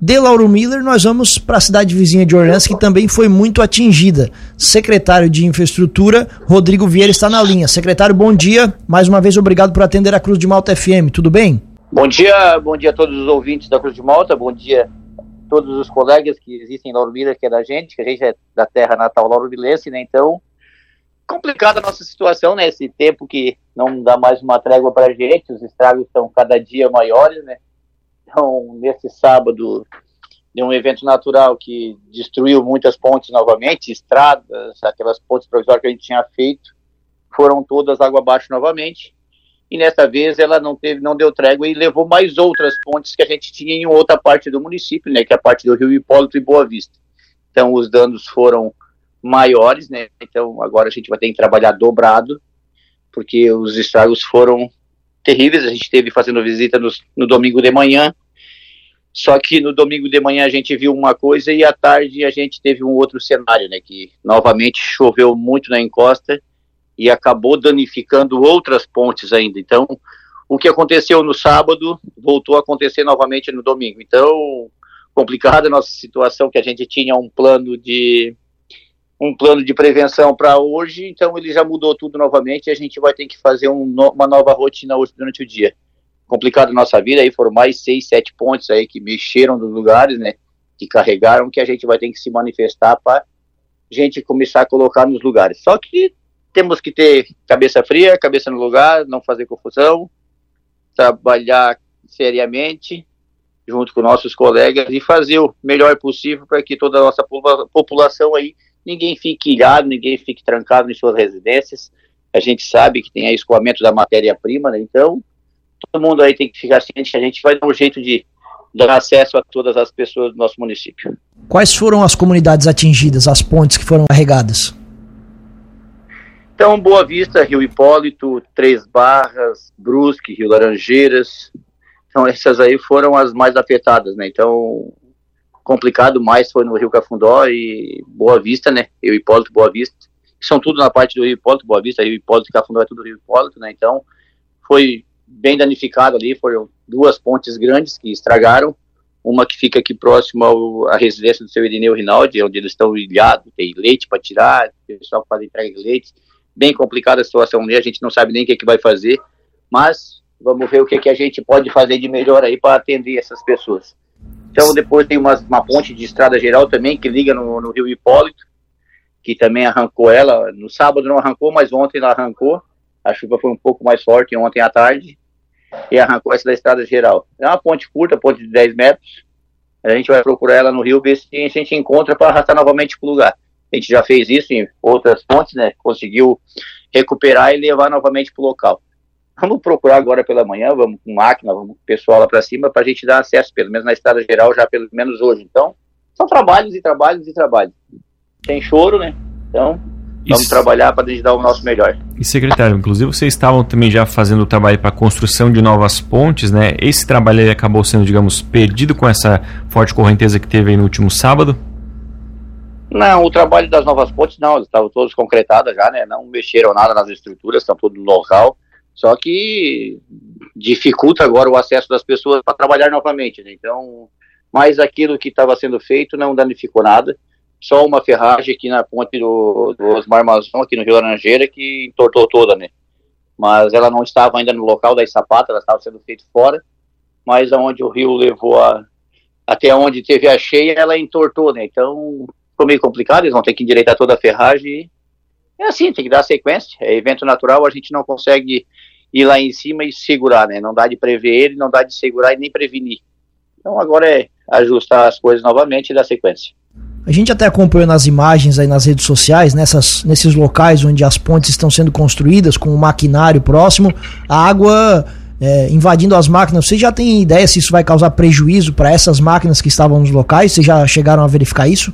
De Lauro Miller, nós vamos para a cidade vizinha de Orleans, que também foi muito atingida. Secretário de Infraestrutura, Rodrigo Vieira, está na linha. Secretário, bom dia. Mais uma vez, obrigado por atender a Cruz de Malta FM. Tudo bem? Bom dia a todos os ouvintes da Cruz de Malta. Bom dia a todos os colegas que existem em Lauro Miller, que é da gente, que a gente é da terra natal lauro-milense, né? Então, complicada a nossa situação, né? Esse tempo que não dá mais uma trégua para a gente, os estragos estão cada dia maiores, né? Então, nesse sábado, de um evento natural que destruiu muitas pontes novamente, estradas, aquelas pontes provisórias que a gente tinha feito, foram todas água abaixo novamente. E nessa vez ela não deu trégua e levou mais outras pontes que a gente tinha em outra parte do município, né? Que é a parte do Rio Hipólito e Boa Vista. Então, os danos foram maiores, né? Então, agora a gente vai ter que trabalhar dobrado, porque os estragos foram terríveis. A gente esteve fazendo visita no domingo de manhã, só que no domingo de manhã a gente viu uma coisa e à tarde a gente teve um outro cenário, né, que novamente choveu muito na encosta e acabou danificando outras pontes ainda. Então, o que aconteceu no sábado voltou a acontecer novamente no domingo. Então, complicada a nossa situação, que a gente tinha um plano de prevenção para hoje, então ele já mudou tudo novamente e a gente vai ter que fazer uma nova rotina hoje durante o dia. Complicado a nossa vida, aí foram mais 6, 7 pontes aí que mexeram nos lugares, né, que carregaram, que a gente vai ter que se manifestar para gente começar a colocar nos lugares. Só que temos que ter cabeça fria, cabeça no lugar, não fazer confusão, trabalhar seriamente junto com nossos colegas e fazer o melhor possível para que toda a nossa população aí, ninguém fique ilhado, ninguém fique trancado em suas residências. A gente sabe que tem aí escoamento da matéria-prima, né, então todo mundo aí tem que ficar ciente que a gente vai dar um jeito de dar acesso a todas as pessoas do nosso município. Quais foram as comunidades atingidas, as pontes que foram carregadas? Então, Boa Vista, Rio Hipólito, Três Barras, Brusque, Rio Laranjeiras. Então, essas aí foram as mais afetadas, né? Então, complicado mais foi no Rio Cafundó e Boa Vista, né? Rio Hipólito, Boa Vista, que são tudo na parte do Rio Hipólito, Boa Vista, Rio Hipólito e Cafundó é tudo Rio Hipólito, né? Então, foi bem danificado ali, foram 2 pontes grandes que estragaram, uma que fica aqui próximo à residência do seu Irineu Rinaldi, onde eles estão ilhados, tem leite para tirar, o pessoal faz entrega de leite, bem complicada a situação ali, a gente não sabe nem o que vai fazer, mas vamos ver o que a gente pode fazer de melhor aí para atender essas pessoas. Então depois tem uma ponte de estrada geral também, que liga no Rio Hipólito, que também arrancou ela, no sábado não arrancou, mas ontem ela arrancou, a chuva foi um pouco mais forte ontem à tarde, e arrancou essa da estrada geral. É uma ponte curta, ponte de 10 metros. A gente vai procurar ela no rio, ver se a gente encontra para arrastar novamente para o lugar. A gente já fez isso em outras pontes, né? Conseguiu recuperar e levar novamente para o local. Vamos procurar agora pela manhã, vamos com máquina, vamos com o pessoal lá para cima para a gente dar acesso, pelo menos na estrada geral, já pelo menos hoje. Então, são trabalhos e trabalhos e trabalhos. Sem choro, né? Então, vamos trabalhar para a gente dar o nosso melhor. E secretário, inclusive vocês estavam também já fazendo o trabalho para a construção de novas pontes, né? Esse trabalho aí acabou sendo, digamos, perdido com essa forte correnteza que teve aí no último sábado? Não, o trabalho das novas pontes não, elas estavam todas concretadas já, né? Não mexeram nada nas estruturas, estão tudo no local, só que dificulta agora o acesso das pessoas para trabalhar novamente, né? Então, mas aquilo que estava sendo feito não danificou nada. Só uma ferragem aqui na ponte do Osmar Mazon, aqui no Rio Laranjeira, que entortou toda, né? Mas ela não estava ainda no local das sapatas, ela estava sendo feita fora, mas aonde o rio levou até onde teve a cheia, ela entortou, né? Então, ficou meio complicado, eles vão ter que endireitar toda a ferragem. É assim, tem que dar sequência, é evento natural, a gente não consegue ir lá em cima e segurar, né? Não dá de prever ele, não dá de segurar e nem prevenir. Então, agora é ajustar as coisas novamente e dar sequência. A gente até acompanhou nas imagens aí nas redes sociais, nesses locais onde as pontes estão sendo construídas com o maquinário próximo, a água invadindo as máquinas. Vocês já têm ideia se isso vai causar prejuízo para essas máquinas que estavam nos locais? Vocês já chegaram a verificar isso?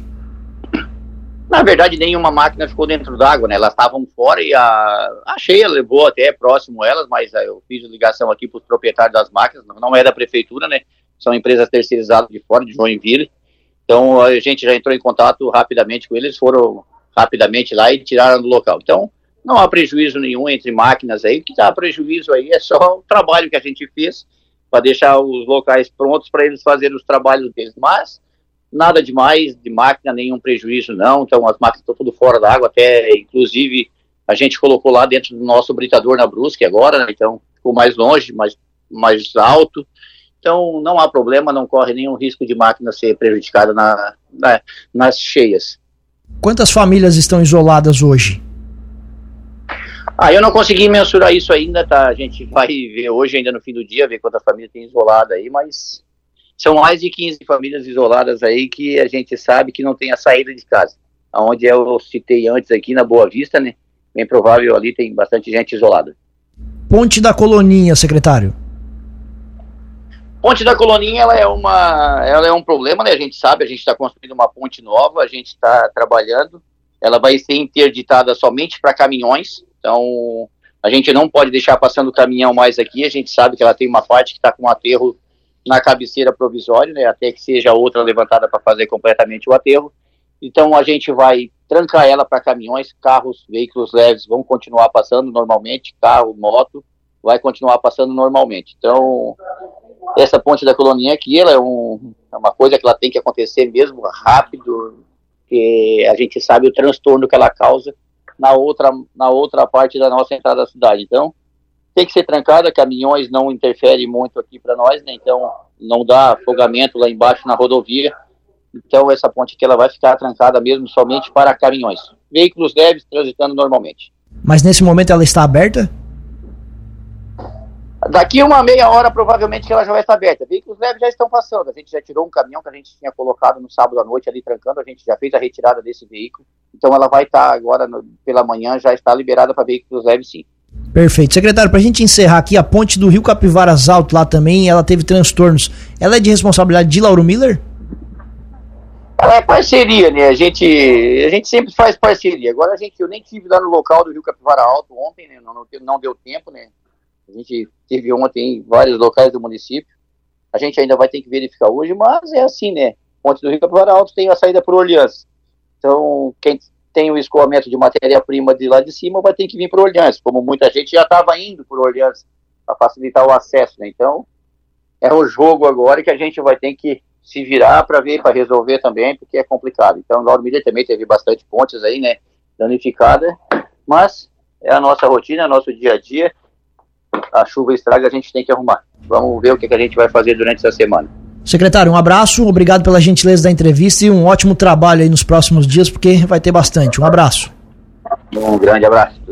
Na verdade, nenhuma máquina ficou dentro d'água, né? Elas estavam fora e a cheia levou até próximo elas, mas eu fiz ligação aqui para os proprietários das máquinas, não é da prefeitura, né? São empresas terceirizadas de fora, de Joinville. Então, a gente já entrou em contato rapidamente com eles, foram rapidamente lá e tiraram do local. Então, não há prejuízo nenhum entre máquinas aí, o que dá prejuízo aí é só o trabalho que a gente fez para deixar os locais prontos para eles fazerem os trabalhos deles. Mas nada demais, de máquina, nenhum prejuízo não. Então as máquinas estão tudo fora da água, até inclusive a gente colocou lá dentro do nosso britador na Brusque agora, né? Então ficou mais longe, mais alto. Então não há problema, não corre nenhum risco de máquina ser prejudicada nas cheias. Quantas famílias estão isoladas hoje? Eu não consegui mensurar isso ainda, tá? A gente vai ver hoje, ainda no fim do dia, ver quantas famílias tem isolada aí, mas são mais de 15 famílias isoladas aí que a gente sabe que não tem a saída de casa. Onde eu citei antes aqui, na Boa Vista, né? Bem provável ali tem bastante gente isolada. Ponte da Coloninha, secretário. Ponte da Coloninha, ela é um problema, né? A gente sabe, a gente está construindo uma ponte nova, a gente está trabalhando. Ela vai ser interditada somente para caminhões. Então, a gente não pode deixar passando o caminhão mais aqui. A gente sabe que ela tem uma parte que está com aterro na cabeceira provisória, né, até que seja outra levantada para fazer completamente o aterro. Então, a gente vai trancar ela para caminhões, carros, veículos leves vão continuar passando normalmente, carro, moto, vai continuar passando normalmente. Então, essa ponte da Coloninha aqui, ela é uma coisa que ela tem que acontecer mesmo rápido, porque a gente sabe o transtorno que ela causa na outra parte da nossa entrada da cidade. Então, tem que ser trancada, caminhões não interferem muito aqui para nós, né? Então não dá afogamento lá embaixo na rodovia. Então essa ponte aqui ela vai ficar trancada mesmo somente para caminhões. Veículos leves transitando normalmente. Mas nesse momento ela está aberta? Daqui uma meia hora provavelmente que ela já vai estar aberta. Veículos leves já estão passando. A gente já tirou um caminhão que a gente tinha colocado no sábado à noite ali trancando. A gente já fez a retirada desse veículo. Então ela vai estar agora pela manhã, já está liberada para veículos leves sim. Perfeito. Secretário, para a gente encerrar aqui, a ponte do Rio Capivaras Alto lá também, ela teve transtornos. Ela é de responsabilidade de Lauro Miller? Ela é parceria, né? A gente sempre faz parceria. Agora eu nem estive lá no local do Rio Capivara Alto ontem, né? Não deu tempo, né? A gente teve ontem em vários locais do município. A gente ainda vai ter que verificar hoje, mas é assim, né? Ponte do Rio Capivara Alto tem a saída por Orleans. Então, quem tem o escoamento de matéria-prima de lá de cima vai ter que vir por Orleans, como muita gente já estava indo por Orleans para facilitar o acesso, né? Então, é um jogo agora que a gente vai ter que se virar para resolver também, porque é complicado. Então, Lauro Miller também teve bastante pontes aí, né, danificada, mas é a nossa rotina, é o nosso dia a dia. A chuva estraga, a gente tem que arrumar. Vamos ver o que a gente vai fazer durante essa semana. Secretário, um abraço, obrigado pela gentileza da entrevista e um ótimo trabalho aí nos próximos dias, porque vai ter bastante. Um abraço. Um grande abraço.